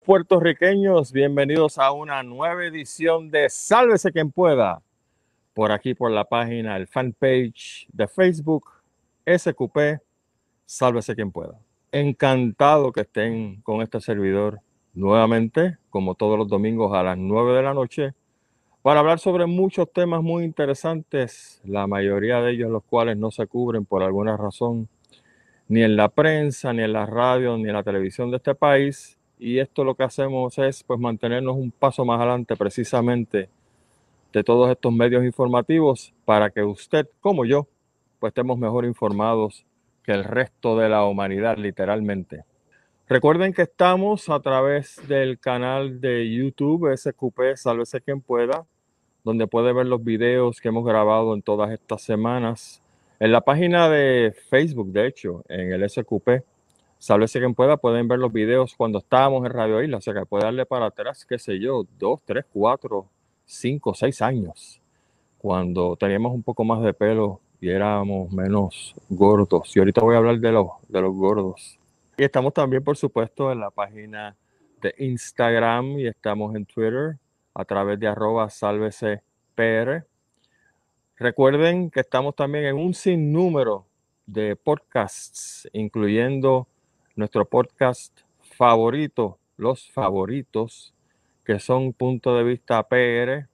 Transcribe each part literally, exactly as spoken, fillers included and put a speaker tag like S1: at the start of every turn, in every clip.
S1: puertorriqueños, bienvenidos a una nueva edición de Sálvese quien pueda, por aquí por la página, el fanpage de Facebook, S Q P, Sálvese quien pueda. Encantado que estén con este servidor nuevamente, como todos los domingos a las nueve de la noche, para hablar sobre muchos temas muy interesantes, la mayoría de ellos los cuales no se cubren por alguna razón, ni en la prensa, ni en la radio, ni en la televisión de este país. Y esto lo que hacemos es pues mantenernos un paso más adelante precisamente de todos estos medios informativos para que usted, como yo, pues estemos mejor informados que el resto de la humanidad, literalmente. Recuerden que estamos a través del canal de YouTube S Q P, Sálvese quien pueda, donde puede ver los videos que hemos grabado en todas estas semanas. En la página de Facebook, de hecho, en el S Q P, Sálvese quien pueda, pueden ver los videos cuando estábamos en Radio Isla, o sea que puede darle para atrás, qué sé yo, dos, tres, cuatro, cinco, seis años, cuando teníamos un poco más de pelo y éramos menos gordos. Y ahorita voy a hablar de los, de los gordos. Y estamos también, por supuesto, en la página de Instagram y estamos en Twitter a través de arroba sálvese P R. Recuerden que estamos también en un sinnúmero de podcasts, incluyendo nuestro podcast favorito, los favoritos, que son Punto de Vista P R,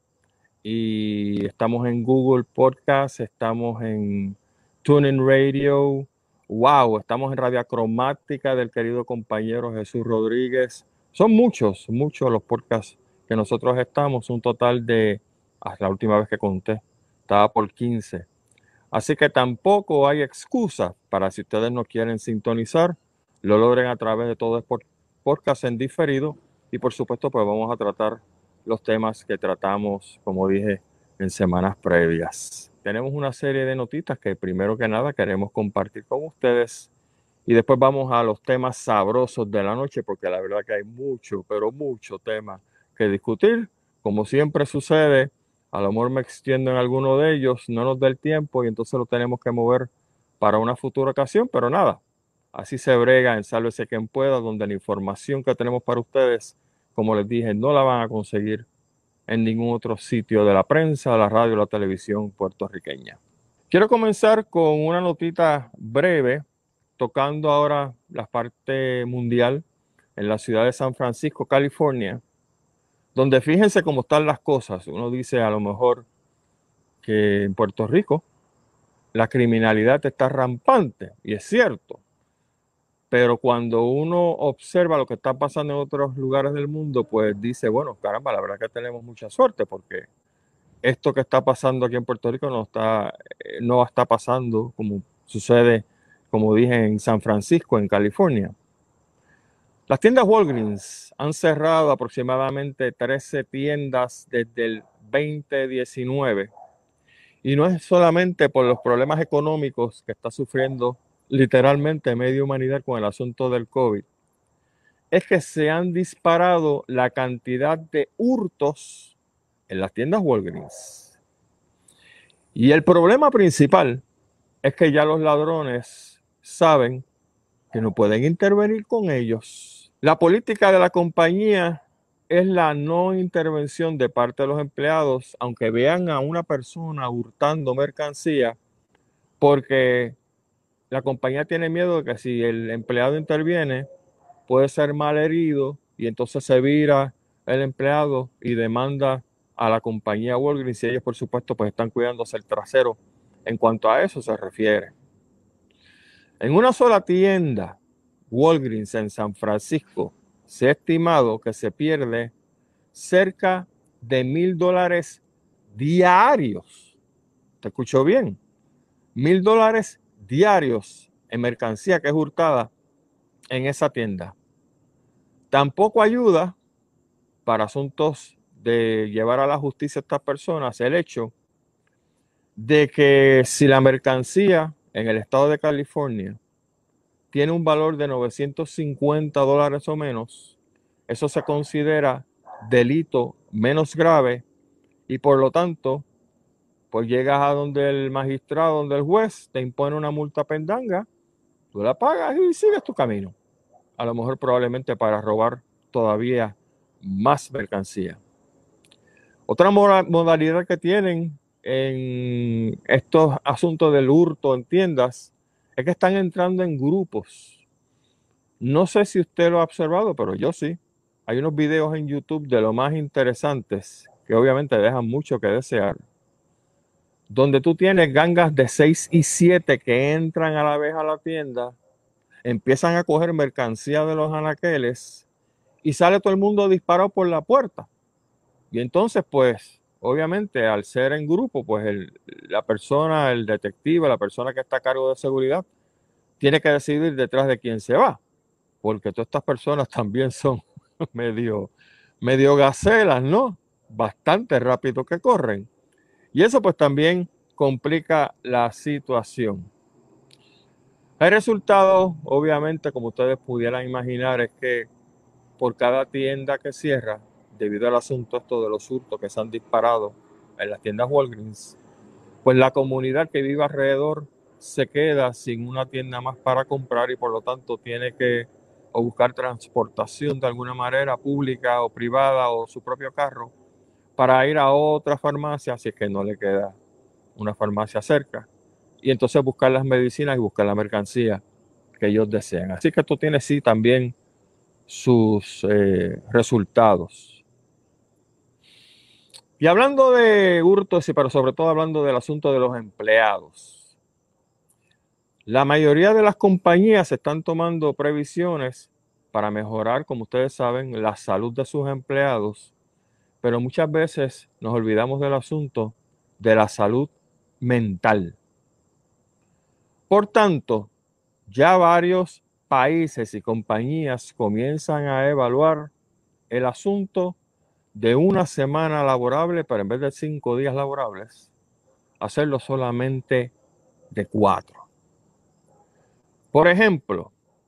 S1: y estamos en Google Podcast, estamos en TuneIn Radio, wow, estamos en Radio Acromática del querido compañero Jesús Rodríguez. Son muchos, muchos los podcasts que nosotros estamos, un total de, hasta la última vez que conté, estaba por quince. Así que tampoco hay excusa para, si ustedes no quieren sintonizar, lo logren a través de todo el podcast en diferido. Y por supuesto, pues vamos a tratar los temas que tratamos, como dije, en semanas previas. Tenemos una serie de notitas que primero que nada queremos compartir con ustedes. Y después vamos a los temas sabrosos de la noche, porque la verdad que hay mucho, pero mucho tema que discutir. Como siempre sucede, a lo mejor me extiendo en alguno de ellos, no nos da el tiempo y entonces lo tenemos que mover para una futura ocasión, pero nada, así se brega en Sálvese quien pueda, donde la información que tenemos para ustedes, como les dije, no la van a conseguir en ningún otro sitio de la prensa, la radio o la televisión puertorriqueña. Quiero comenzar con una notita breve, tocando ahora la parte mundial en la ciudad de San Francisco, California, donde fíjense cómo están las cosas. Uno dice a lo mejor que en Puerto Rico la criminalidad está rampante, y es cierto, pero cuando uno observa lo que está pasando en otros lugares del mundo, pues dice, bueno, caramba, la verdad que tenemos mucha suerte, porque esto que está pasando aquí en Puerto Rico no está, no está pasando como sucede, como dije, en San Francisco, en California. Las tiendas Walgreens han cerrado aproximadamente trece tiendas desde el veinte diecinueve. Y no es solamente por los problemas económicos que está sufriendo literalmente media humanidad con el asunto del COVID. Es que se han disparado la cantidad de hurtos en las tiendas Walgreens. Y el problema principal es que ya los ladrones saben que no pueden intervenir con ellos. La política de la compañía es la no intervención de parte de los empleados, aunque vean a una persona hurtando mercancía, porque la compañía tiene miedo de que si el empleado interviene, puede ser mal herido y entonces se vira el empleado y demanda a la compañía Walgreens, y ellos por supuesto pues están cuidándose el trasero en cuanto a eso se refiere. En una sola tienda Walgreens en San Francisco se ha estimado que se pierde cerca de mil dólares diarios. ¿Te escuchó bien? Mil dólares diarios en mercancía que es hurtada en esa tienda. Tampoco ayuda para asuntos de llevar a la justicia a estas personas el hecho de que si la mercancía en el estado de California tiene un valor de novecientos cincuenta dólares o menos, eso se considera delito menos grave y por lo tanto, pues llegas a donde el magistrado, donde el juez te impone una multa pendanga, tú la pagas y sigues tu camino. A lo mejor probablemente para robar todavía más mercancía. Otra modalidad que tienen en estos asuntos del hurto en tiendas es que están entrando en grupos. No sé si usted lo ha observado, pero yo sí. Hay unos videos en YouTube de lo más interesantes que obviamente dejan mucho que desear, donde tú tienes gangas de seis y siete que entran a la vez a la tienda, empiezan a coger mercancía de los anaqueles y sale todo el mundo disparado por la puerta. Y entonces, pues, obviamente, al ser en grupo, pues el, la persona, el detective, la persona que está a cargo de seguridad, tiene que decidir detrás de quién se va, porque todas estas personas también son medio, medio gacelas, ¿no? Bastante rápido que corren. Y eso pues también complica la situación. El resultado, obviamente, como ustedes pudieran imaginar, es que por cada tienda que cierra, debido al asunto esto de los hurtos que se han disparado en las tiendas Walgreens, pues la comunidad que vive alrededor se queda sin una tienda más para comprar y por lo tanto tiene que o buscar transportación de alguna manera pública o privada o su propio carro para ir a otra farmacia si es que no le queda una farmacia cerca y entonces buscar las medicinas y buscar la mercancía que ellos desean. Así que esto tiene sí también sus eh, resultados. Y hablando de hurtos, pero sobre todo hablando del asunto de los empleados, la mayoría de las compañías están tomando previsiones para mejorar, como ustedes saben, la salud de sus empleados, pero muchas veces nos olvidamos del asunto de la salud mental. Por tanto, ya varios países y compañías comienzan a evaluar el asunto de una semana laborable, pero en vez de cinco días laborables, hacerlo solamente de cuatro. Por ejemplo,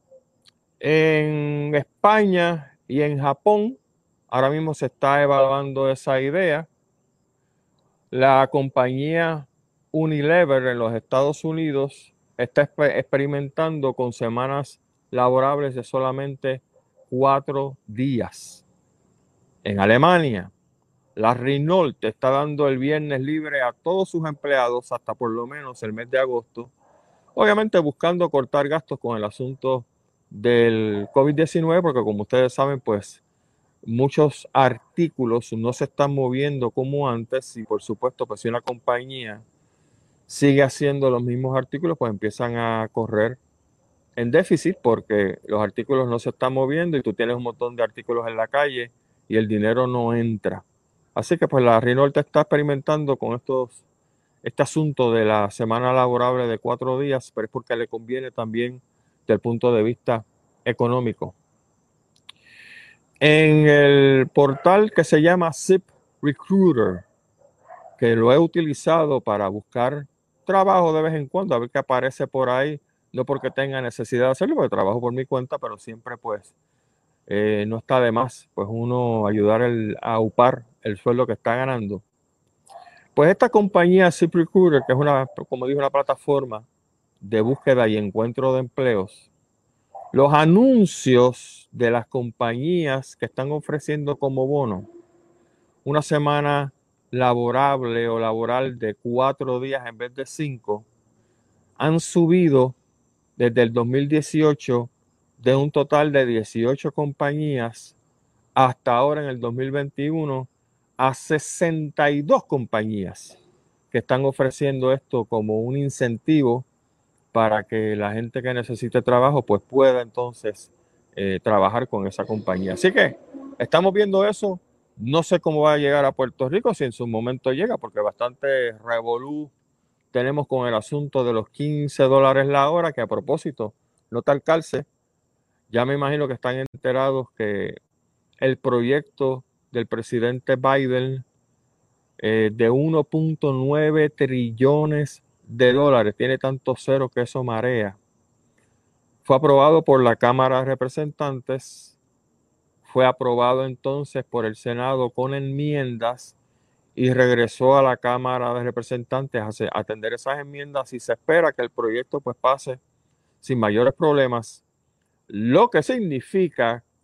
S1: en España y en Japón, ahora mismo se está evaluando esa idea. La compañía Unilever en los Estados Unidos está experimentando con semanas laborables de solamente cuatro días. En Alemania, la Renault está dando el viernes libre a todos sus empleados hasta por lo menos el mes de agosto, obviamente buscando cortar gastos con el asunto del COVID diecinueve, porque como ustedes saben, pues muchos artículos no se están moviendo como antes y por supuesto, pues si una compañía sigue haciendo los mismos artículos, pues empiezan a correr en déficit porque los artículos no se están moviendo y tú tienes un montón de artículos en la calle y el dinero no entra. Así que pues la Renault está experimentando con estos, este asunto de la semana laborable de cuatro días, pero es porque le conviene también desde el punto de vista económico. En el portal que se llama ZipRecruiter, que lo he utilizado para buscar trabajo de vez en cuando, a ver qué aparece por ahí, no porque tenga necesidad de hacerlo, porque trabajo por mi cuenta, pero siempre pues eh, no está de más, pues uno ayudar el, a upar el sueldo que está ganando. Pues esta compañía ZipRecruiter, que es una, como dije, una plataforma de búsqueda y encuentro de empleos, los anuncios de las compañías que están ofreciendo como bono una semana laborable o laboral de cuatro días en vez de cinco han subido desde el dos mil dieciocho de un total de dieciocho compañías hasta ahora en el dos mil veintiuno a sesenta y dos compañías que están ofreciendo esto como un incentivo para que la gente que necesite trabajo pues pueda entonces eh, trabajar con esa compañía. Así que estamos viendo eso. No sé cómo va a llegar a Puerto Rico, si en su momento llega, porque bastante revolú tenemos con el asunto de los quince dólares la hora, que a propósito, no tal calce. Ya me imagino que están enterados que el proyecto del presidente Biden eh, de uno punto nueve trillones de dólares, tiene tanto cero que eso marea. Fue aprobado por la Cámara de Representantes, fue aprobado entonces por el Senado con enmiendas y regresó a la Cámara de Representantes a atender esas enmiendas y se espera que el proyecto pues pase sin mayores problemas, lo que significa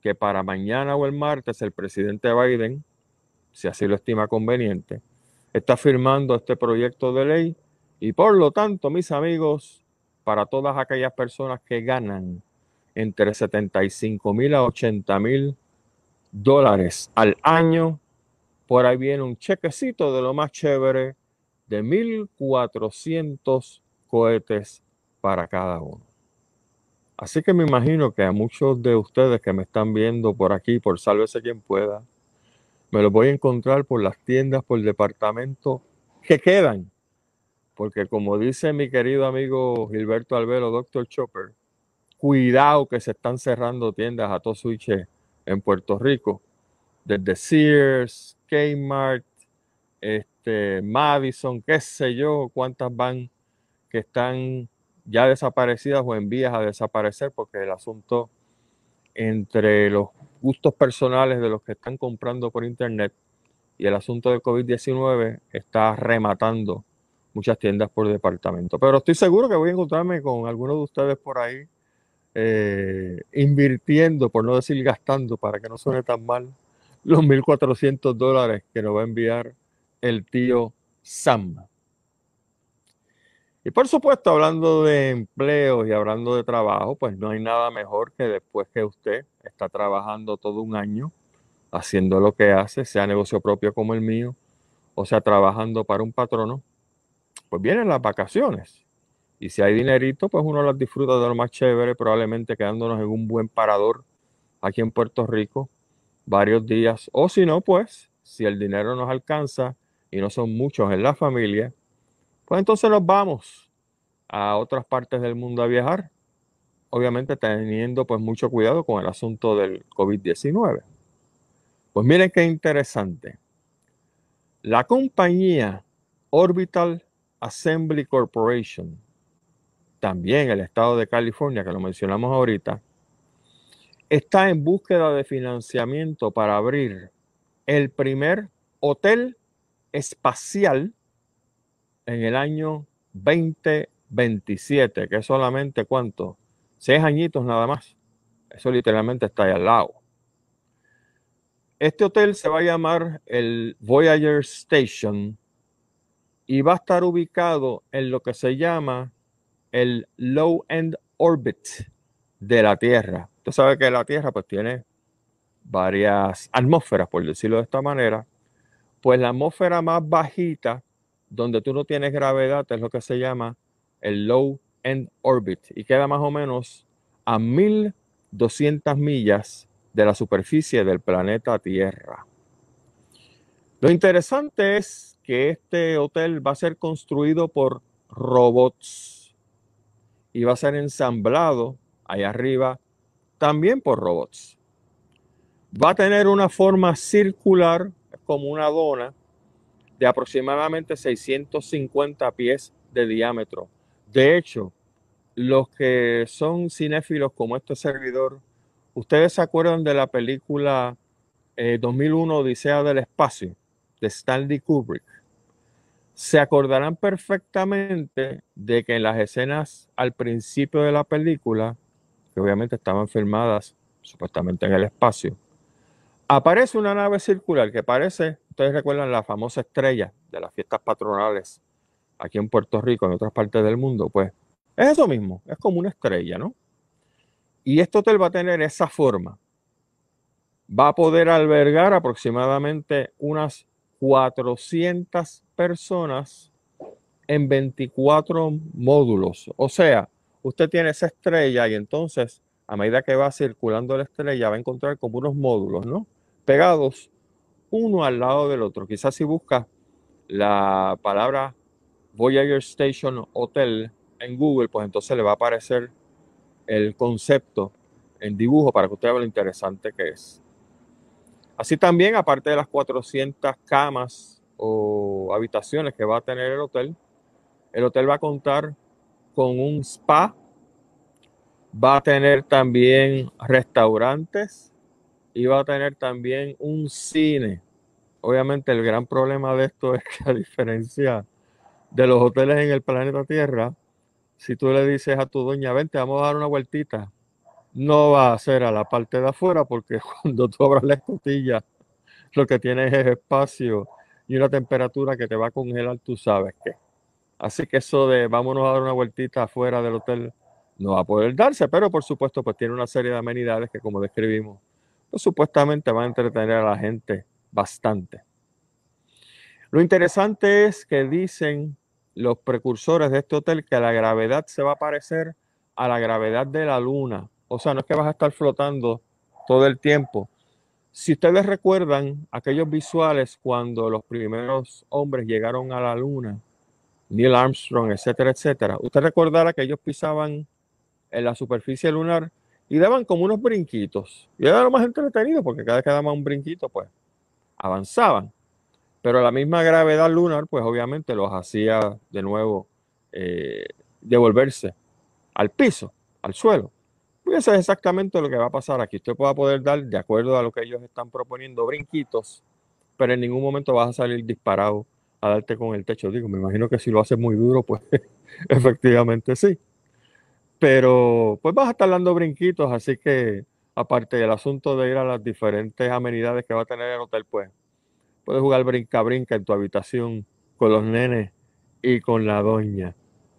S1: que para mañana o el martes el presidente Biden, si así lo estima conveniente, está firmando este proyecto de ley y por lo tanto, mis amigos, para todas aquellas personas que ganan entre setenta y cinco mil a ochenta mil dólares al año, por ahí viene un chequecito de lo más chévere de mil cuatrocientos cohetes para cada uno. Así que me imagino que a muchos de ustedes que me están viendo por aquí, por Sálvese Quien Pueda, me los voy a encontrar por las tiendas, por el departamento que quedan. Porque como dice mi querido amigo Gilberto Albero, doctor Chopper, cuidado que se están cerrando tiendas a todo switch en Puerto Rico. Desde Sears, Kmart, este, Madison, qué sé yo, cuántas van que están ya desaparecidas o en vías a desaparecer, porque el asunto entre los gustos personales de los que están comprando por internet y el asunto del COVID diecinueve está rematando muchas tiendas por departamento. Pero estoy seguro que voy a encontrarme con algunos de ustedes por ahí eh, invirtiendo, por no decir gastando, para que no suene tan mal, los mil cuatrocientos dólares que nos va a enviar el tío Sam. Y por supuesto, hablando de empleos y hablando de trabajo, pues no hay nada mejor que después que usted está trabajando todo un año haciendo lo que hace, sea negocio propio como el mío, o sea, trabajando para un patrono, pues vienen las vacaciones. Y si hay dinerito, pues uno las disfruta de lo más chévere, probablemente quedándonos en un buen parador aquí en Puerto Rico varios días. O si no, pues, si el dinero nos alcanza y no son muchos en la familia, pues entonces nos vamos a otras partes del mundo a viajar. Obviamente teniendo pues mucho cuidado con el asunto del COVID diecinueve. Pues miren qué interesante. La compañía Orbital Assembly Corporation, también el estado de California, que lo mencionamos ahorita, está en búsqueda de financiamiento para abrir el primer hotel espacial en el año veinte veintisiete, que es solamente, ¿cuánto? Seis añitos nada más. Eso literalmente está ahí al lado. Este hotel se va a llamar el Voyager Station y va a estar ubicado en lo que se llama el Low End Orbit de la Tierra. Usted sabe que la Tierra pues tiene varias atmósferas, por decirlo de esta manera. Pues la atmósfera más bajita, donde tú no tienes gravedad, es lo que se llama el Low End Orbit y queda más o menos a mil doscientas millas de la superficie del planeta Tierra. Lo interesante es que este hotel va a ser construido por robots y va a ser ensamblado allá arriba también por robots. Va a tener una forma circular, como una dona, de aproximadamente seiscientos cincuenta pies de diámetro. De hecho, los que son cinéfilos como este servidor, ¿ustedes se acuerdan de la película eh, dos mil uno Odisea del Espacio de Stanley Kubrick? Se acordarán perfectamente de que en las escenas al principio de la película, que obviamente estaban filmadas supuestamente en el espacio, aparece una nave circular que parece, ustedes recuerdan la famosa estrella de las fiestas patronales aquí en Puerto Rico, en otras partes del mundo, pues es eso mismo, es como una estrella, ¿no? Y este hotel va a tener esa forma. Va a poder albergar aproximadamente unas cuatrocientas personas en veinticuatro módulos. O sea, usted tiene esa estrella y entonces, a medida que va circulando la estrella, va a encontrar como unos módulos, ¿no? Pegados uno al lado del otro. Quizás si busca la palabra Voyager Station Hotel en Google, pues entonces le va a aparecer el concepto en dibujo para que usted vea lo interesante que es. Así también, aparte de las cuatrocientas camas o habitaciones que va a tener el hotel, el hotel va a contar con un spa, va a tener también restaurantes y va a tener también un cine. Obviamente el gran problema de esto es que a diferencia de los hoteles en el planeta Tierra, si tú le dices a tu doña, vente, vamos a dar una vueltita no va a ser a la parte de afuera, porque cuando tú abras la escotilla, lo que tienes es espacio y una temperatura que te va a congelar, tú sabes qué. Así que eso de vámonos a dar una vueltita afuera del hotel no va a poder darse, pero por supuesto pues tiene una serie de amenidades que, como describimos, pues supuestamente van a entretener a la gente bastante. Lo interesante es que dicen los precursores de este hotel que la gravedad se va a parecer a la gravedad de la luna. O sea, no es que vas a estar flotando todo el tiempo. Si ustedes recuerdan aquellos visuales cuando los primeros hombres llegaron a la luna, Neil Armstrong, etcétera, etcétera, usted recordará que ellos pisaban en la superficie lunar y daban como unos brinquitos. Y era lo más entretenido porque cada vez que daban un brinquito, pues avanzaban. Pero la misma gravedad lunar, pues obviamente los hacía de nuevo eh, devolverse al piso, al suelo. Y eso es exactamente lo que va a pasar aquí. Usted va a poder dar, de acuerdo a lo que ellos están proponiendo, brinquitos, pero en ningún momento vas a salir disparado a darte con el techo. Digo, me imagino que si lo haces muy duro, pues efectivamente sí. Pero pues vas a estar dando brinquitos, así que aparte del asunto de ir a las diferentes amenidades que va a tener el hotel, pues puedes jugar brinca-brinca en tu habitación con los nenes y con la doña.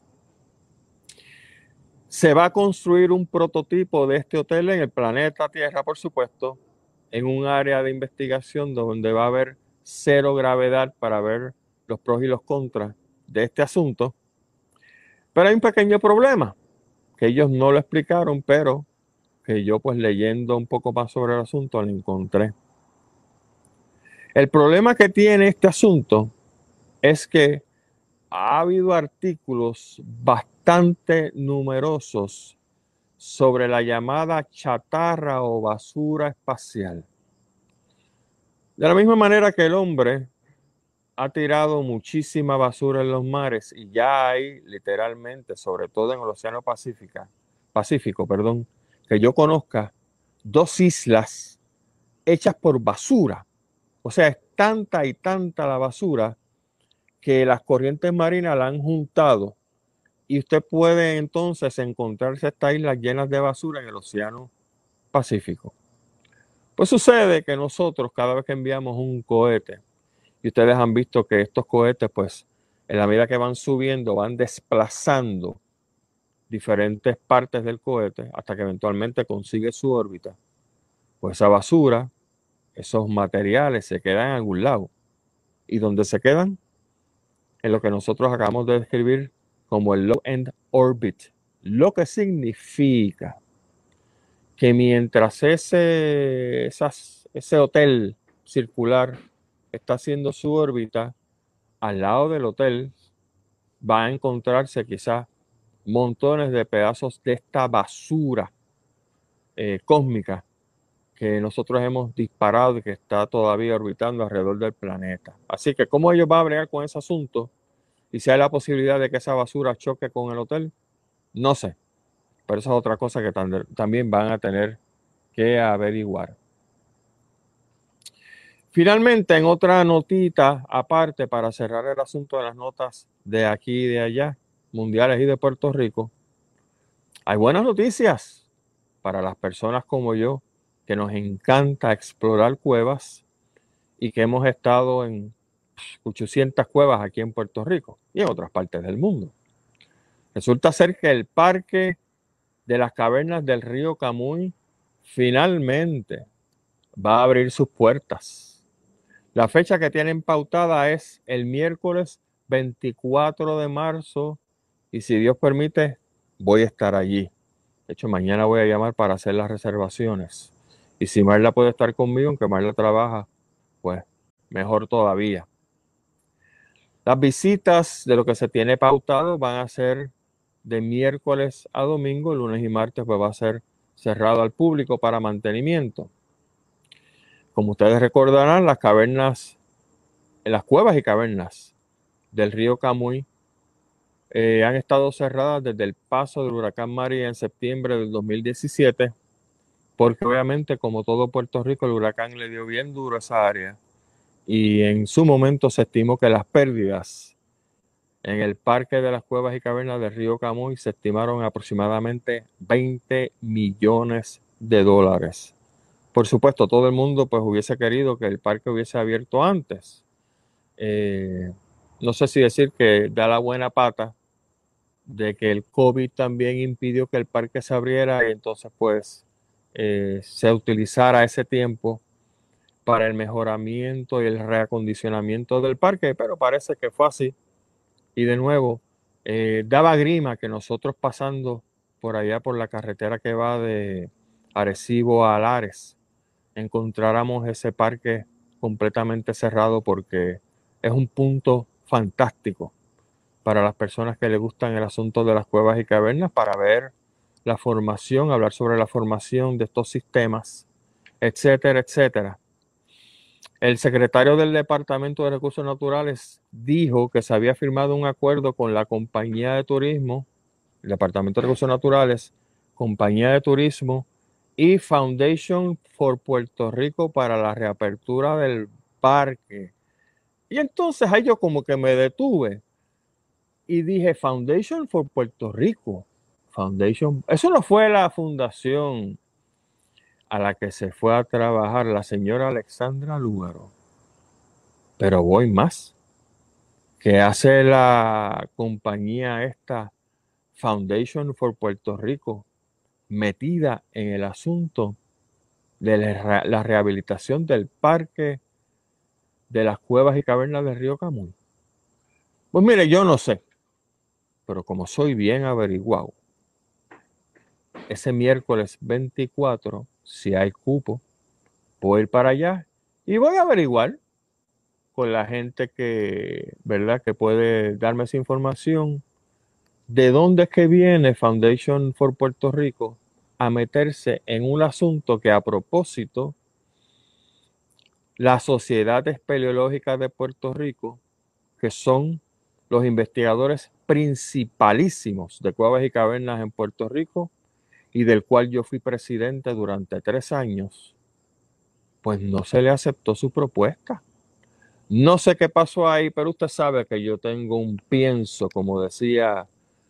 S1: Se va a construir un prototipo de este hotel en el planeta Tierra, por supuesto, en un área de investigación donde va a haber cero gravedad para ver los pros y los contras de este asunto. Pero hay un pequeño problema que ellos no lo explicaron, pero que yo pues leyendo un poco más sobre el asunto lo encontré. El problema que tiene este asunto es que ha habido artículos bastante numerosos sobre la llamada chatarra o basura espacial. De la misma manera que el hombre ha tirado muchísima basura en los mares y ya hay literalmente, sobre todo en el Océano Pacífico, Pacífico, perdón, que yo conozca, dos islas hechas por basura. O sea, es tanta y tanta la basura que las corrientes marinas la han juntado y usted puede entonces encontrarse estas islas llenas de basura en el Océano Pacífico. Pues sucede que nosotros cada vez que enviamos un cohete, y ustedes han visto que estos cohetes, pues, en la medida que van subiendo, van desplazando diferentes partes del cohete hasta que eventualmente consigue su órbita. Pues esa basura, esos materiales se quedan en algún lado. ¿Y dónde se quedan? En lo que nosotros acabamos de describir como el low end orbit. Lo que significa que mientras ese, esas, ese hotel circular está haciendo su órbita, al lado del hotel va a encontrarse quizás montones de pedazos de esta basura eh, cósmica que nosotros hemos disparado y que está todavía orbitando alrededor del planeta. Así que, ¿cómo ellos van a bregar con ese asunto? Y si hay la posibilidad de que esa basura choque con el hotel, no sé. Pero esa es otra cosa que también van a tener que averiguar. Finalmente, en otra notita aparte para cerrar el asunto de las notas de aquí y de allá, mundiales y de Puerto Rico, hay buenas noticias para las personas como yo que nos encanta explorar cuevas y que hemos estado en ochocientas cuevas aquí en Puerto Rico y en otras partes del mundo. Resulta ser que el Parque de las Cavernas del Río Camuy finalmente va a abrir sus puertas. La fecha que tienen pautada es el miércoles veinticuatro de marzo y si Dios permite voy a estar allí. De hecho, mañana voy a llamar para hacer las reservaciones. Y si Marla puede estar conmigo, aunque Marla trabaja, pues mejor todavía. Las visitas de lo que se tiene pautado van a ser de miércoles a domingo, lunes y martes pues va a ser cerrado al público para mantenimiento. Como ustedes recordarán, las cavernas, en las cuevas y cavernas del río Camuy eh, han estado cerradas desde el paso del huracán María en septiembre del dos mil diecisiete, porque obviamente como todo Puerto Rico el huracán le dio bien duro a esa área y en su momento se estimó que las pérdidas En el Parque de las Cuevas y Cavernas del Río Camuy se estimaron aproximadamente veinte millones de dólares. Por supuesto, todo el mundo pues hubiese querido que el parque hubiese abierto antes. Eh, no sé si decir que da la buena pata de que el COVID también impidió que el parque se abriera y entonces pues eh, se utilizara ese tiempo para el mejoramiento y el reacondicionamiento del parque, pero parece que fue así. Y de nuevo, eh, daba grima que nosotros pasando por allá por la carretera que va de Arecibo a Lares, encontráramos ese parque completamente cerrado porque es un punto fantástico para las personas que les gustan el asunto de las cuevas y cavernas, para ver la formación, hablar sobre la formación de estos sistemas, etcétera, etcétera. El secretario del Departamento de Recursos Naturales dijo que se había firmado un acuerdo con la compañía de turismo, el Departamento de Recursos Naturales, compañía de turismo y Foundation for Puerto Rico para la reapertura del parque. Y entonces ahí yo como que me detuve y dije, Foundation for Puerto Rico. Foundation, eso no fue la fundación a la que se fue a trabajar la señora Alexandra Lúgaro. Pero voy más. ¿Qué hace la compañía esta, Foundation for Puerto Rico, metida en el asunto de la, la rehabilitación del parque de las cuevas y cavernas del río Camuy? Pues mire, yo no sé, pero como soy bien averiguado, ese miércoles veinticuatro, si hay cupo, voy a ir para allá y voy a averiguar con la gente que, ¿verdad?, que puede darme esa información. ¿De dónde es que viene Foundation for Puerto Rico a meterse en un asunto que, a propósito, la Sociedad Espeleológica de Puerto Rico, que son los investigadores principalísimos de cuevas y cavernas en Puerto Rico y del cual yo fui presidente durante tres años, pues no se le aceptó su propuesta? No sé qué pasó ahí, pero usted sabe que yo tengo un pienso, como decía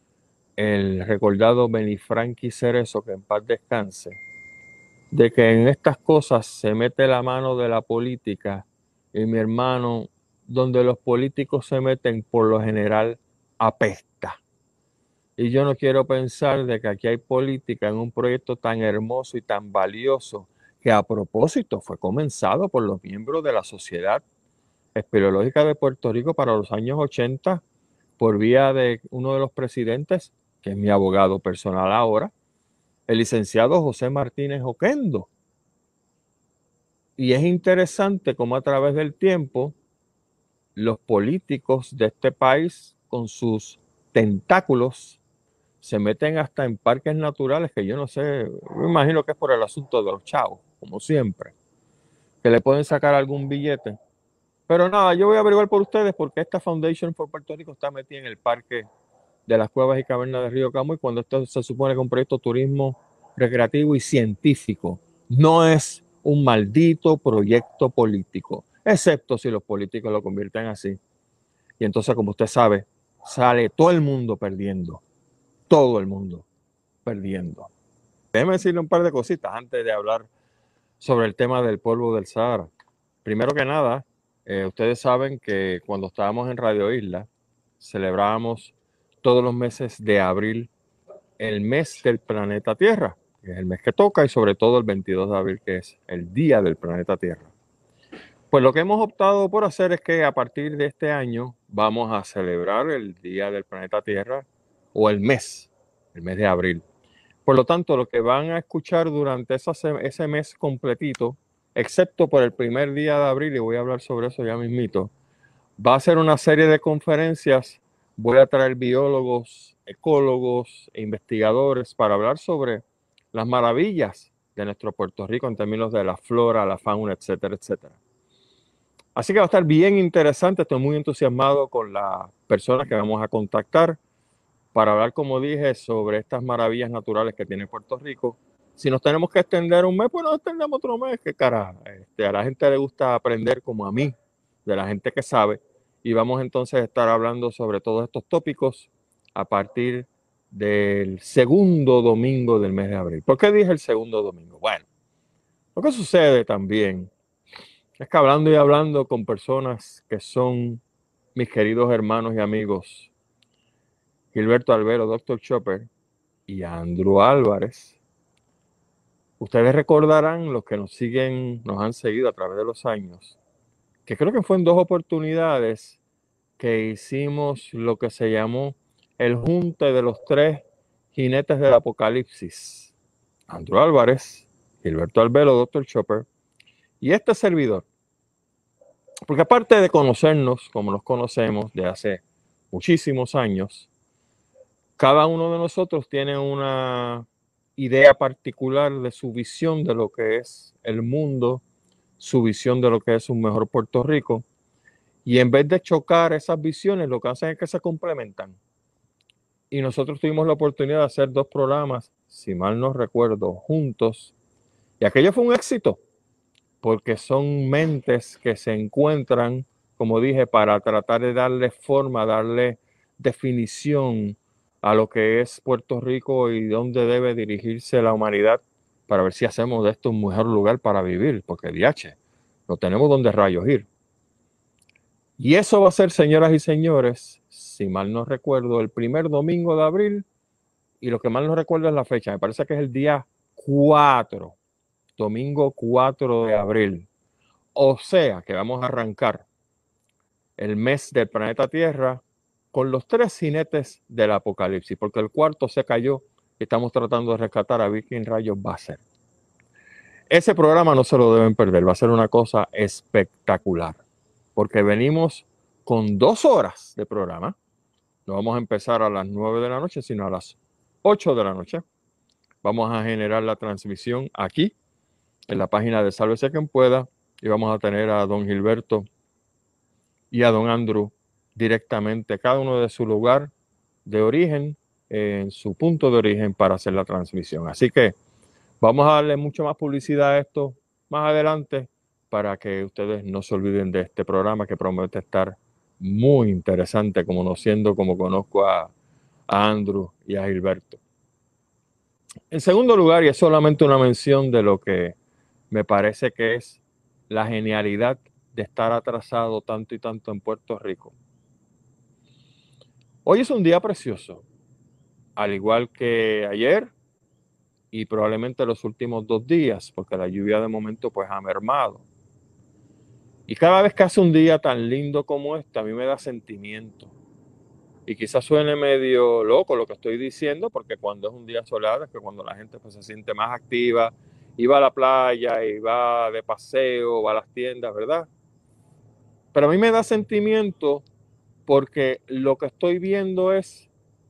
S1: el recordado Benifranqui Cerezo, que en paz descanse, de que en estas cosas se mete la mano de la política y, mi hermano, donde los políticos se meten, por lo general apesta. Y yo no quiero pensar de que aquí hay política en un proyecto tan hermoso y tan valioso, que a propósito fue comenzado por los miembros de la Sociedad Espeleológica de Puerto Rico para los años ochenta, por vía de uno de los presidentes, que es mi abogado personal ahora, el licenciado José Martínez Oquendo. Y es interesante cómo a través del tiempo los políticos de este país, con sus tentáculos, se meten hasta en parques naturales, que yo no sé, me imagino que es por el asunto de los chavos, como siempre, que le pueden sacar algún billete. Pero nada, yo voy a averiguar por ustedes porque esta Foundation for Puerto Rico está metida en el parque de las cuevas y cavernas del río Camuy, cuando esto se supone que es un proyecto de turismo recreativo y científico. No es un maldito proyecto político, excepto si los políticos lo convierten así. Y entonces, como usted sabe, sale todo el mundo perdiendo. Todo el mundo perdiendo. Déjeme decirle un par de cositas antes de hablar sobre el tema del polvo del Sahara. Primero que nada, eh, ustedes saben que cuando estábamos en Radio Isla, celebrábamos todos los meses de abril el mes del planeta Tierra, que es el mes que toca, y sobre todo el veintidós de abril, que es el Día del Planeta Tierra. Pues lo que hemos optado por hacer es que a partir de este año vamos a celebrar el Día del Planeta Tierra, o el mes, el mes de abril. Por lo tanto, lo que van a escuchar durante esa, ese mes completito, excepto por el primer día de abril, y voy a hablar sobre eso ya mismito, va a ser una serie de conferencias. Voy a traer biólogos, ecólogos e investigadores para hablar sobre las maravillas de nuestro Puerto Rico en términos de la flora, la fauna, etcétera, etcétera. Así que va a estar bien interesante. Estoy muy entusiasmado con las personas que vamos a contactar para hablar, como dije, sobre estas maravillas naturales que tiene Puerto Rico. Si nos tenemos que extender un mes, pues nos extendemos otro mes. Que carajo, este, a la gente le gusta aprender, como a mí, de la gente que sabe. y vamos entonces a estar hablando sobre todos estos tópicos a partir del segundo domingo del mes de abril. ¿Por qué dije el segundo domingo? Bueno, lo que sucede también es que hablando y hablando con personas que son mis queridos hermanos y amigos, Gilberto Albero, doctor Chopper y Andrew Álvarez, ustedes recordarán, los que nos siguen, nos han seguido a través de los años, que creo que fue en dos oportunidades que hicimos lo que se llamó el junte de los tres jinetes del apocalipsis. Andrew Álvarez, Gilberto Albero, doctor Chopper y este servidor. Porque aparte de conocernos como nos conocemos de hace muchísimos años, cada uno de nosotros tiene una idea particular de su visión de lo que es el mundo, su visión de lo que es un mejor Puerto Rico. Y en vez de chocar esas visiones, lo que hacen es que se complementan. Y nosotros tuvimos la oportunidad de hacer dos programas, si mal no recuerdo, juntos. Y aquello fue un éxito, porque son mentes que se encuentran, como dije, para tratar de darle forma, darle definición a lo que es Puerto Rico y dónde debe dirigirse la humanidad para ver si hacemos de esto un mejor lugar para vivir, porque diache, no tenemos dónde rayos ir. Y eso va a ser, señoras y señores, si mal no recuerdo, el primer domingo de abril, y lo que mal no recuerdo es la fecha, me parece que es el día cuatro, domingo cuatro de abril. O sea que vamos a arrancar el mes del planeta Tierra con los tres jinetes del apocalipsis, porque el cuarto se cayó y estamos tratando de rescatar a ver quién rayos va a ser. Ese programa no se lo deben perder, va a ser una cosa espectacular, porque venimos con dos horas de programa. No vamos a empezar a las nueve de la noche, sino a las ocho de la noche. Vamos a generar la transmisión aquí, en la página de Sálvese Quien Pueda, y vamos a tener a don Gilberto y a don Andrew directamente, cada uno de su lugar de origen, en su punto de origen para hacer la transmisión. Así que vamos a darle mucho más publicidad a esto más adelante para que ustedes no se olviden de este programa que promete estar muy interesante, conociendo como conozco a, a Andrew y a Gilberto. En segundo lugar, y es solamente una mención de lo que me parece que es la genialidad de estar atrasado tanto y tanto en Puerto Rico. Hoy es un día precioso, al igual que ayer y probablemente los últimos dos días, porque la lluvia de momento pues ha mermado. Y cada vez que hace un día tan lindo como este, a mí me da sentimiento. Y quizás suene medio loco lo que estoy diciendo, porque cuando es un día soleado es que cuando la gente pues se siente más activa, y va a la playa, y va de paseo, va a las tiendas, ¿verdad? Pero a mí me da sentimiento porque lo que estoy viendo es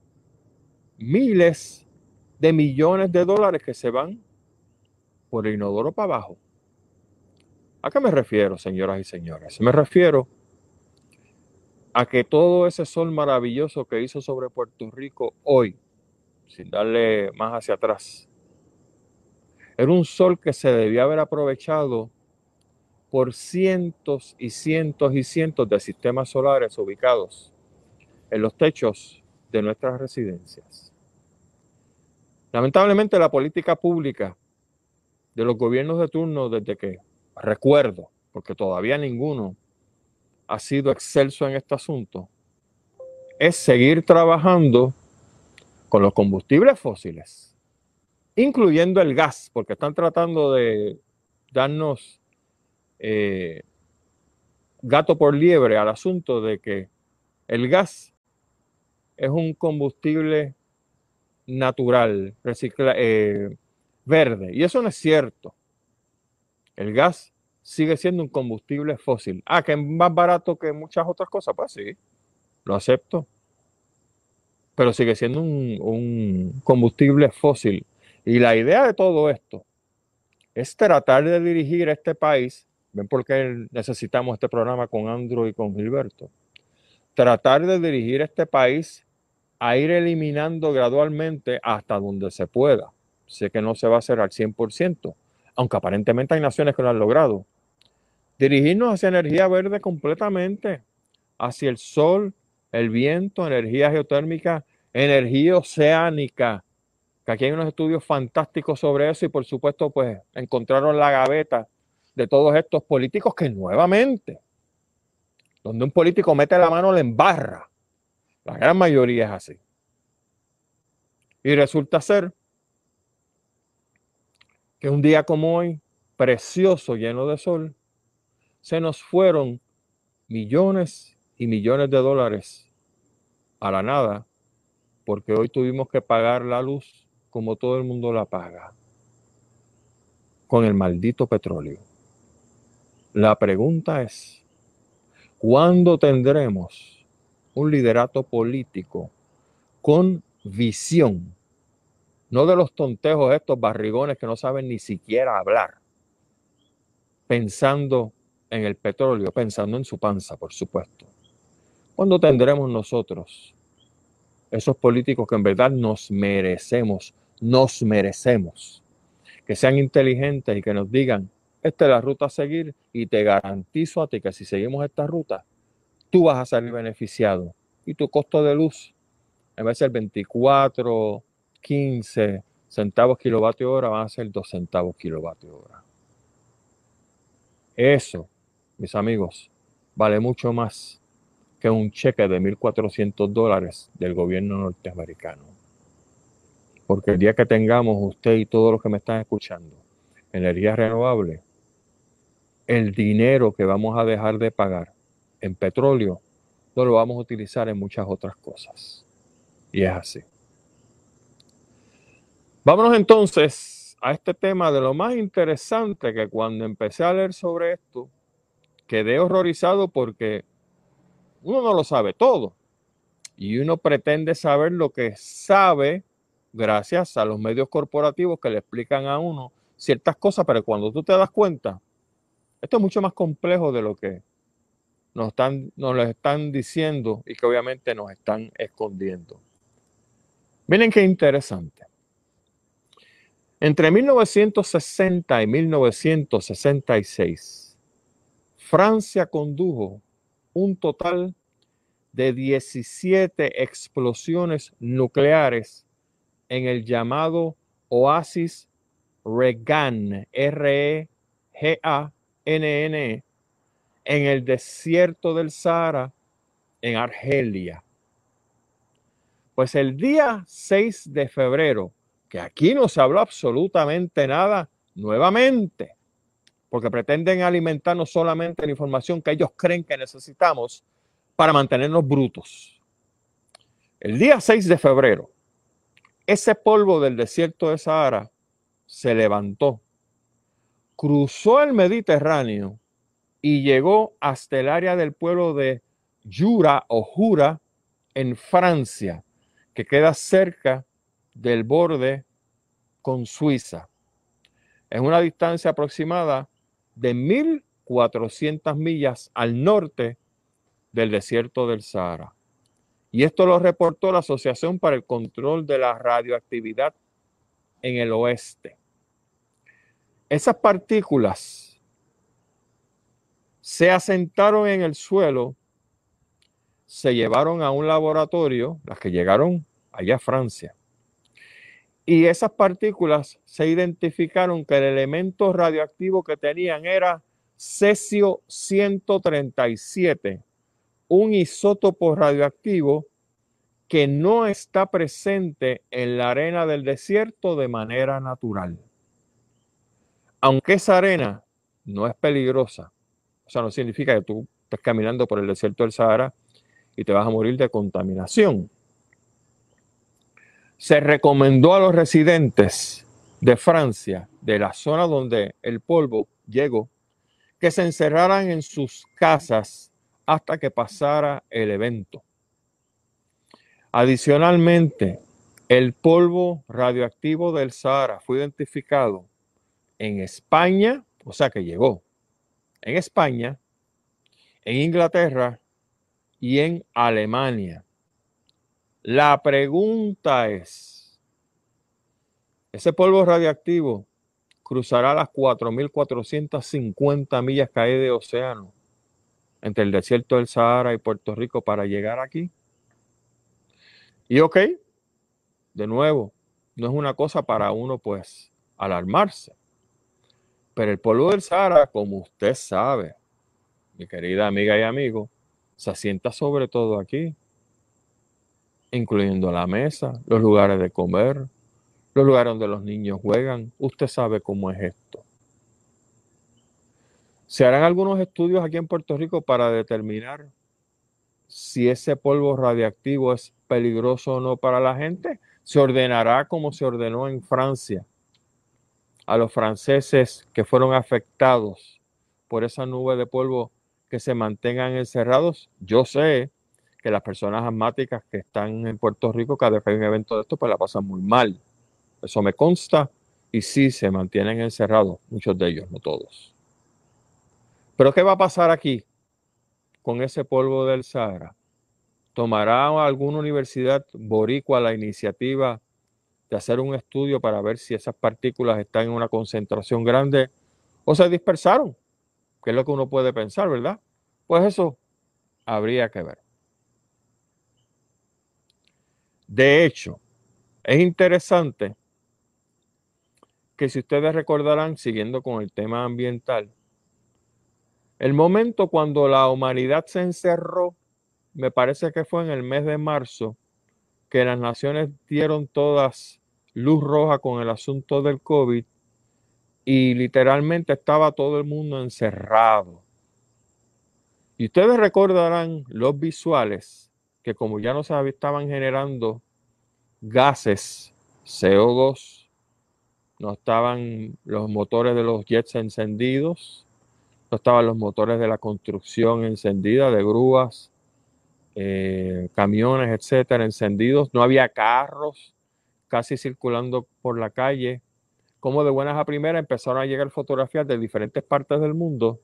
S1: miles de millones de dólares que se van por el inodoro para abajo. ¿A qué me refiero, señoras y señores? Me refiero a que todo ese sol maravilloso que hizo sobre Puerto Rico hoy, sin darle más hacia atrás, era un sol que se debía haber aprovechado por cientos y cientos y cientos de sistemas solares ubicados en los techos de nuestras residencias. Lamentablemente, la política pública de los gobiernos de turno, desde que recuerdo, porque todavía ninguno ha sido excelso en este asunto, es seguir trabajando con los combustibles fósiles, incluyendo el gas, porque están tratando de darnos eh, gato por liebre al asunto de que el gas es un combustible natural, recicla, eh, verde, y eso no es cierto. El gas sigue siendo un combustible fósil. Ah, que es más barato que muchas otras cosas, pues sí, lo acepto. Pero sigue siendo un, un combustible fósil. Y la idea de todo esto es tratar de dirigir este país. ¿Ven por qué necesitamos este programa con Andrew y con Gilberto? Tratar de dirigir este país a ir eliminando gradualmente hasta donde se pueda. Sé que no se va a hacer al cien por ciento, aunque aparentemente hay naciones que lo han logrado. Dirigirnos hacia energía verde completamente, hacia el sol, el viento, energía geotérmica, energía oceánica, que aquí hay unos estudios fantásticos sobre eso y por supuesto pues encontraron la gaveta de todos estos políticos que nuevamente, donde un político mete la mano, le embarra. La gran mayoría es así. Y resulta ser que un día como hoy, precioso, lleno de sol, se nos fueron millones y millones de dólares a la nada, porque hoy tuvimos que pagar la luz como todo el mundo la paga, con el maldito petróleo. La pregunta es, ¿cuándo tendremos un liderato político con visión? No de los tontejos estos barrigones que no saben ni siquiera hablar, pensando en el petróleo, pensando en su panza, por supuesto. ¿Cuándo tendremos nosotros esos políticos que en verdad nos merecemos, nos merecemos, que sean inteligentes y que nos digan, esta es la ruta a seguir y te garantizo a ti que si seguimos esta ruta, tú vas a salir beneficiado y tu costo de luz, en vez de ser veinticuatro, quince centavos kilovatio hora, van a ser dos centavos kilovatio hora. Eso, mis amigos, vale mucho más que un cheque de mil cuatrocientos dólares del gobierno norteamericano. Porque el día que tengamos, usted y todos los que me están escuchando, energía renovable, el dinero que vamos a dejar de pagar en petróleo, no lo vamos a utilizar en muchas otras cosas. Y es así. Vámonos entonces a este tema de lo más interesante, que cuando empecé a leer sobre esto, quedé horrorizado porque uno no lo sabe todo. Y uno pretende saber lo que sabe gracias a los medios corporativos que le explican a uno ciertas cosas, pero cuando tú te das cuenta, esto es mucho más complejo de lo que nos están, nos lo están diciendo y que obviamente nos están escondiendo. Miren qué interesante. Entre mil novecientos sesenta y mil novecientos sesenta y seis, Francia condujo un total de diecisiete explosiones nucleares en el llamado Oasis Regan, R E G A N N E, en el desierto del Sahara, en Argelia. Pues el día seis de febrero, que aquí no se habló absolutamente nada nuevamente, porque pretenden alimentarnos solamente la información que ellos creen que necesitamos para mantenernos brutos. El día seis de febrero, ese polvo del desierto de Sahara se levantó, cruzó el Mediterráneo y llegó hasta el área del pueblo de Jura o Jura en Francia, que queda cerca del borde con Suiza. Es una distancia aproximada de mil cuatrocientas millas al norte del desierto del Sahara. Y esto lo reportó la Asociación para el Control de la Radioactividad en el Oeste. Esas partículas se asentaron en el suelo, se llevaron a un laboratorio, las que llegaron allá a Francia. Y esas partículas se identificaron que el elemento radioactivo que tenían era cesio ciento treinta y siete, un isótopo radioactivo que no está presente en la arena del desierto de manera natural. Aunque esa arena no es peligrosa, o sea, no significa que tú estés caminando por el desierto del Sahara y te vas a morir de contaminación. Se recomendó a los residentes de Francia, de la zona donde el polvo llegó, que se encerraran en sus casas hasta que pasara el evento. Adicionalmente, el polvo radioactivo del Sahara fue identificado en España, o sea que llegó en España, en Inglaterra y en Alemania. La pregunta es, ¿ese polvo radioactivo cruzará las cuatro mil cuatrocientas cincuenta millas que hay de océano entre el desierto del Sahara y Puerto Rico para llegar aquí. Y ok, de nuevo, no es una cosa para uno pues alarmarse. Pero el polvo del Sahara, como usted sabe, mi querida amiga y amigo, se asienta sobre todo aquí, incluyendo la mesa, los lugares de comer, los lugares donde los niños juegan. Usted sabe cómo es esto. Se harán algunos estudios aquí en Puerto Rico para determinar si ese polvo radiactivo es peligroso o no para la gente. Se ordenará como se ordenó en Francia a los franceses que fueron afectados por esa nube de polvo que se mantengan encerrados. Yo sé que las personas asmáticas que están en Puerto Rico, cada vez que hay un evento de esto, pues la pasan muy mal. Eso me consta y sí se mantienen encerrados, muchos de ellos, no todos. Pero ¿qué va a pasar aquí con ese polvo del Sahara? ¿Tomará alguna universidad boricua la iniciativa de hacer un estudio para ver si esas partículas están en una concentración grande o se dispersaron? Que es lo que uno puede pensar, ¿verdad? Pues eso habría que ver. De hecho, es interesante que si ustedes recordarán, siguiendo con el tema ambiental, el momento cuando la humanidad se encerró, me parece que fue en el mes de marzo, que las naciones dieron todas luz roja con el asunto del COVID y literalmente estaba todo el mundo encerrado. Y ustedes recordarán los visuales que como ya no se estaban generando gases C O dos, no estaban los motores de los jets encendidos, no estaban los motores de la construcción encendida, de grúas, eh, camiones, etcétera, encendidos, no había carros casi circulando por la calle. Como de buenas a primeras empezaron a llegar fotografías de diferentes partes del mundo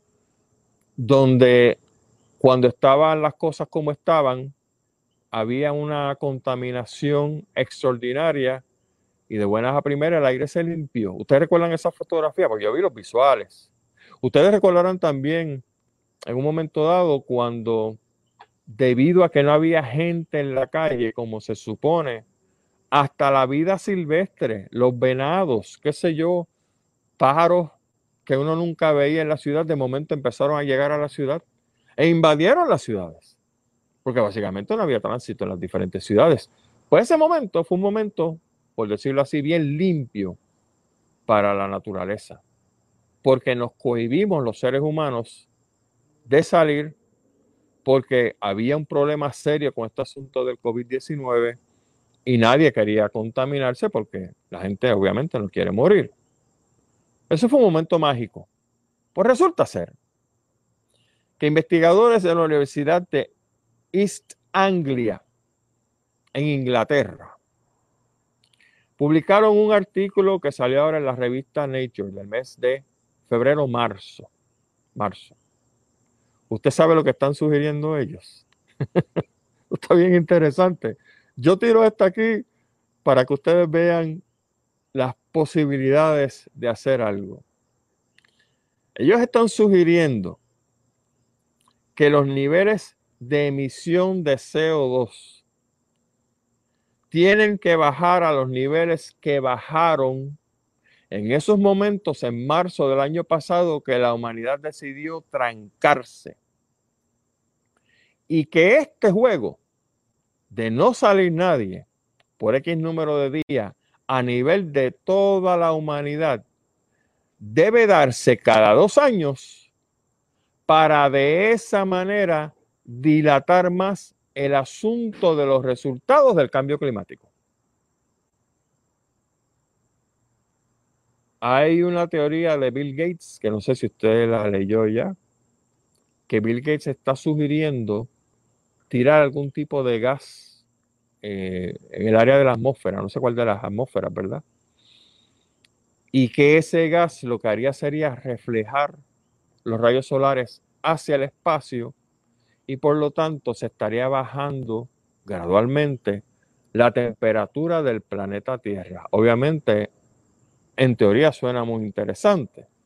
S1: donde cuando estaban las cosas como estaban, había una contaminación extraordinaria y de buenas a primeras el aire se limpió. ¿Ustedes recuerdan esa fotografía? Porque yo vi los visuales. Ustedes recordarán también en un momento dado cuando, debido a que no había gente en la calle, como se supone, hasta la vida silvestre, los venados, qué sé yo, pájaros que uno nunca veía en la ciudad, de momento empezaron a llegar a la ciudad e invadieron las ciudades, porque básicamente no había tránsito en las diferentes ciudades. Pues ese momento fue un momento, por decirlo así, bien limpio para la naturaleza, porque nos cohibimos los seres humanos de salir porque había un problema serio con este asunto del COVID diecinueve y nadie quería contaminarse porque la gente obviamente no quiere morir. Eso fue un momento mágico. Pues resulta ser que investigadores de la Universidad de East Anglia, en Inglaterra, publicaron un artículo que salió ahora en la revista Nature del mes de febrero-marzo. Marzo. ¿Usted sabe lo que están sugiriendo ellos? Está bien interesante. Yo tiro esto aquí para que ustedes vean las posibilidades de hacer algo. Ellos están sugiriendo que los niveles de emisión de C O dos tienen que bajar a los niveles que bajaron en esos momentos en marzo del año pasado, que la humanidad decidió trancarse. Y que este juego de no salir nadie por X número de días a nivel de toda la humanidad debe darse cada dos años para de esa manera dilatar más el asunto de los resultados del cambio climático. Hay una teoría de Bill Gates, que no sé si usted la leyó ya, que Bill Gates está sugiriendo tirar algún tipo de gas eh, en el área de la atmósfera, no sé cuál de las atmósferas, ¿verdad? Y que ese gas lo que haría sería reflejar los rayos solares hacia el espacio y por lo tanto se estaría bajando gradualmente la temperatura del planeta Tierra. Obviamente, en teoría suena muy interesante,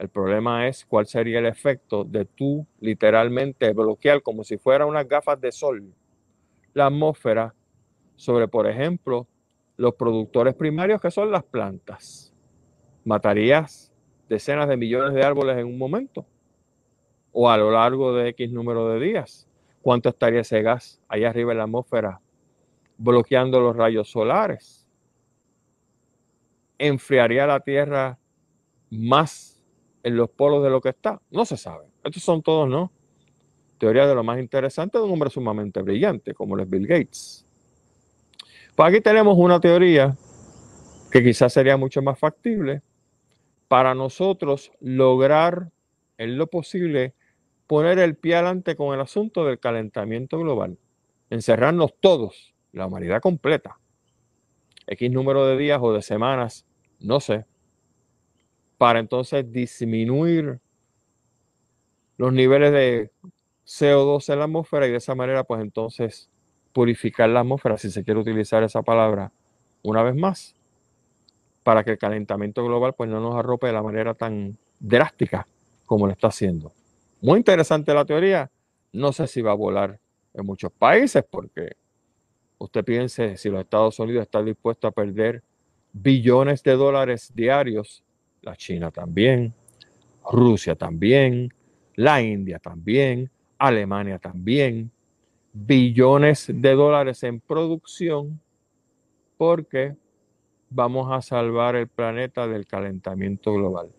S1: El problema es cuál sería el efecto de tú literalmente bloquear como si fuera unas gafas de sol la atmósfera sobre, por ejemplo, los productores primarios que son las plantas. Matarías decenas de millones de árboles en un momento o a lo largo de X número de días. ¿Cuánto estaría ese gas allá arriba en la atmósfera bloqueando los rayos solares? ¿Enfriaría la Tierra más en los polos de lo que está? No se sabe. Estos son todos, ¿no? Teoría de lo más interesante de un hombre sumamente brillante, como es Bill Gates. Pues aquí tenemos una teoría que quizás sería mucho más factible para nosotros lograr en lo posible poner el pie adelante con el asunto del calentamiento global. Encerrarnos todos, la humanidad completa, X número de días o de semanas, no sé, para entonces disminuir los niveles de C O dos en la atmósfera y de esa manera pues entonces purificar la atmósfera, si se quiere utilizar esa palabra una vez más, para que el calentamiento global pues no nos arrope de la manera tan drástica como lo está haciendo. Muy interesante la teoría. No sé si va a volar en muchos países porque usted piense si los Estados Unidos están dispuestos a perder billones de dólares diarios, la China también, Rusia también, la India también, Alemania también, billones de dólares en producción porque vamos a salvar el planeta del calentamiento global.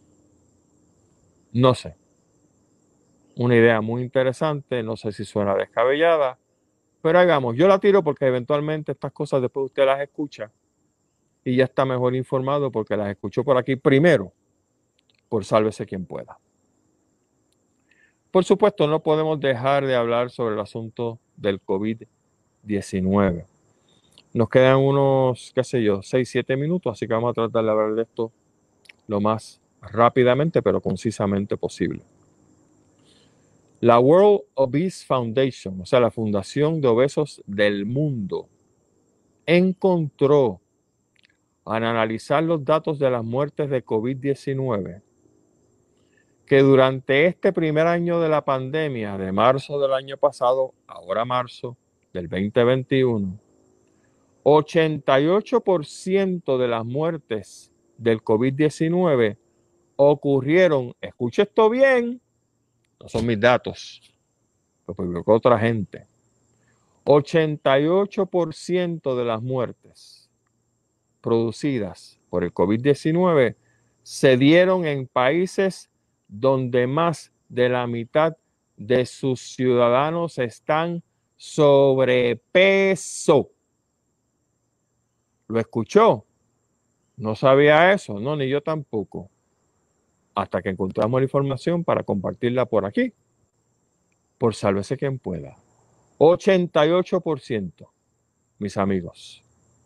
S1: No sé. Una idea muy interesante, no sé si suena descabellada, pero hagamos, yo la tiro porque eventualmente estas cosas después usted las escucha y ya está mejor informado porque las escuchó por aquí primero, por Sálvese Quien Pueda. Por supuesto, no podemos dejar de hablar sobre el asunto del COVID diecinueve. Nos quedan unos, qué sé yo, seis, siete minutos, así que vamos a tratar de hablar de esto lo más rápidamente, pero concisamente posible. La World Obese Foundation, o sea, la Fundación de Obesos del Mundo, encontró, al analizar los datos de las muertes de COVID diecinueve, que durante este primer año de la pandemia, de marzo del año pasado, ahora marzo del veinte veintiuno, ochenta y ocho por ciento de las muertes del COVID diecinueve ocurrieron, escuche esto bien, no son mis datos, lo publicó otra gente, ochenta y ocho por ciento de las muertes producidas por el COVID diecinueve se dieron en países donde más de la mitad de sus ciudadanos están sobrepeso. ¿Lo escuchó? No sabía eso, no, ni yo tampoco. Hasta que encontramos la información para compartirla por aquí. Por Sálvese Quien Pueda. ochenta y ocho por ciento, mis amigos.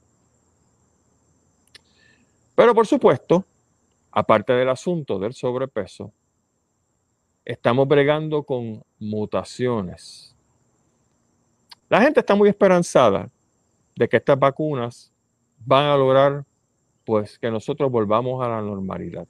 S1: Pero por supuesto, aparte del asunto del sobrepeso, estamos bregando con mutaciones. La gente está muy esperanzada de que estas vacunas van a lograr pues que nosotros volvamos a la normalidad.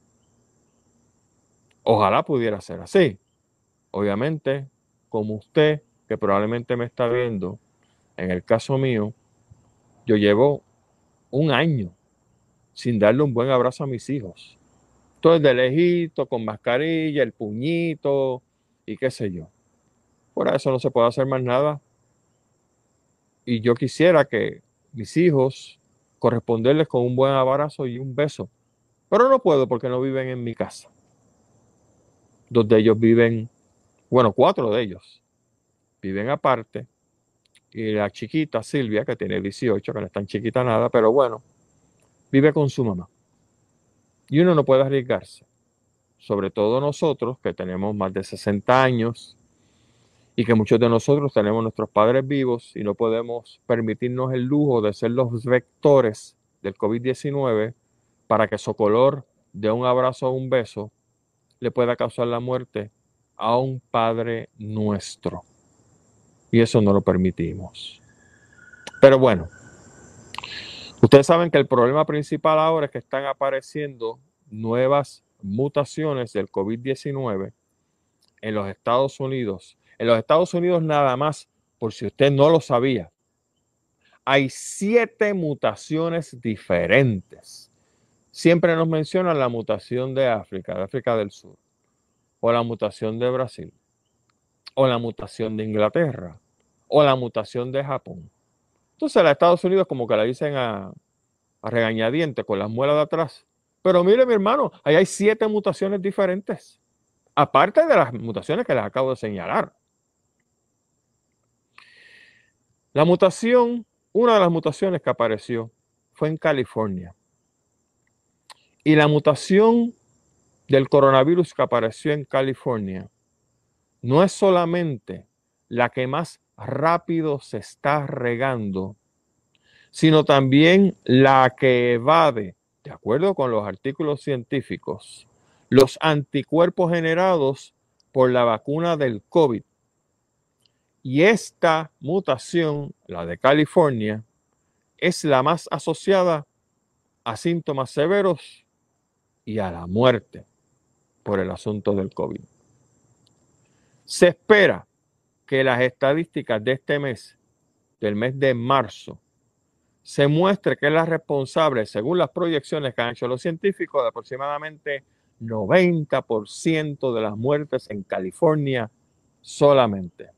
S1: Ojalá pudiera ser así. Obviamente, como usted, que probablemente me está viendo, en el caso mío, yo llevo un año sin darle un buen abrazo a mis hijos. Todo de lejito, con mascarilla, el puñito y qué sé yo. Por eso no se puede hacer más nada. Y yo quisiera que mis hijos corresponderles con un buen abrazo y un beso. Pero no puedo porque no viven en mi casa. Dos de ellos viven, bueno, cuatro de ellos viven aparte. Y la chiquita Silvia, que tiene dieciocho, que no es tan chiquita nada, pero bueno, vive con su mamá. Y uno no puede arriesgarse. Sobre todo nosotros, que tenemos más de sesenta años y que muchos de nosotros tenemos nuestros padres vivos y no podemos permitirnos el lujo de ser los vectores del COVID diecinueve para que Socolor de un abrazo o un beso le pueda causar la muerte a un Padre nuestro. Y eso no lo permitimos. Pero bueno, ustedes saben que el problema principal ahora es que están apareciendo nuevas mutaciones del COVID diecinueve en los Estados Unidos. En los Estados Unidos nada más, por si usted no lo sabía, hay siete mutaciones diferentes. Siempre nos mencionan la mutación de África, de África del Sur, o la mutación de Brasil, o la mutación de Inglaterra, o la mutación de Japón. Entonces, los Estados Unidos como que la dicen a, a regañadientes con las muelas de atrás. Pero mire, mi hermano, ahí hay siete mutaciones diferentes, aparte de las mutaciones que les acabo de señalar. La mutación, una de las mutaciones que apareció fue en California. Y la mutación del coronavirus que apareció en California no es solamente la que más rápido se está regando, sino también la que evade, de acuerdo con los artículos científicos, los anticuerpos generados por la vacuna del COVID. Y esta mutación, la de California, es la más asociada a síntomas severos y a la muerte por el asunto del COVID. Se espera que las estadísticas de este mes, del mes de marzo, se muestre que es la responsable, según las proyecciones que han hecho los científicos, de aproximadamente noventa por ciento de las muertes en California solamente.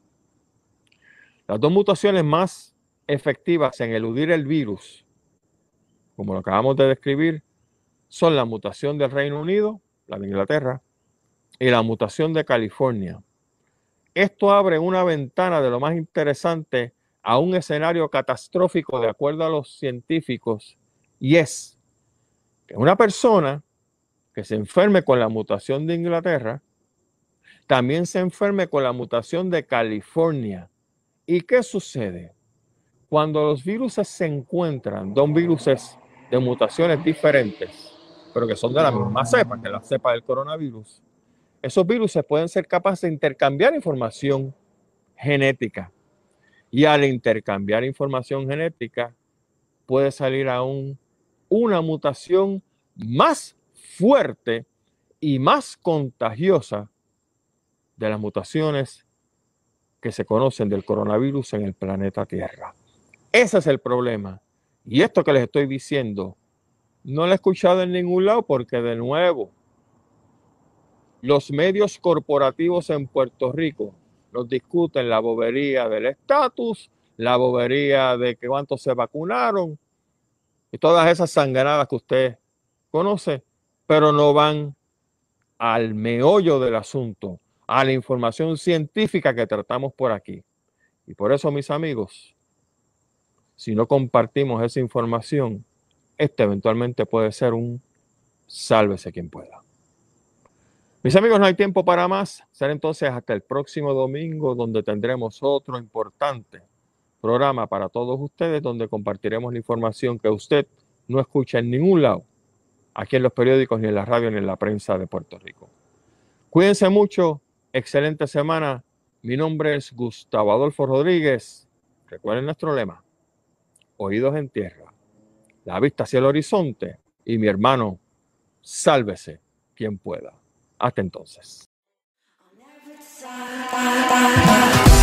S1: Las dos mutaciones más efectivas en eludir el virus, como lo acabamos de describir, son la mutación del Reino Unido, la de Inglaterra, y la mutación de California. Esto abre una ventana de lo más interesante a un escenario catastrófico de acuerdo a los científicos, y es que una persona que se enferme con la mutación de Inglaterra también se enferme con la mutación de California. ¿Y qué sucede? Cuando los virus se encuentran, dos virus de mutaciones diferentes, pero que son de la misma cepa, que es la cepa del coronavirus, esos virus pueden ser capaces de intercambiar información genética. Y al intercambiar información genética, puede salir aún una mutación más fuerte y más contagiosa de las mutaciones que se conocen del coronavirus en el planeta Tierra. Ese es el problema. Y esto que les estoy diciendo, no lo he escuchado en ningún lado porque, de nuevo, los medios corporativos en Puerto Rico nos discuten la bobería del estatus, la bobería de que cuántos se vacunaron y todas esas sangradas que usted conoce, pero no van al meollo del asunto, a la información científica que tratamos por aquí. Y por eso, mis amigos, si no compartimos esa información, este eventualmente puede ser un sálvese quien pueda. Mis amigos, no hay tiempo para más. Será entonces hasta el próximo domingo, donde tendremos otro importante programa para todos ustedes, donde compartiremos la información que usted no escucha en ningún lado, aquí en los periódicos, ni en la radio, ni en la prensa de Puerto Rico. Cuídense mucho. Excelente semana. Mi nombre es Gustavo Adolfo Rodríguez. Recuerden nuestro lema: oídos en tierra, la vista hacia el horizonte, y mi hermano, sálvese quien pueda. Hasta entonces.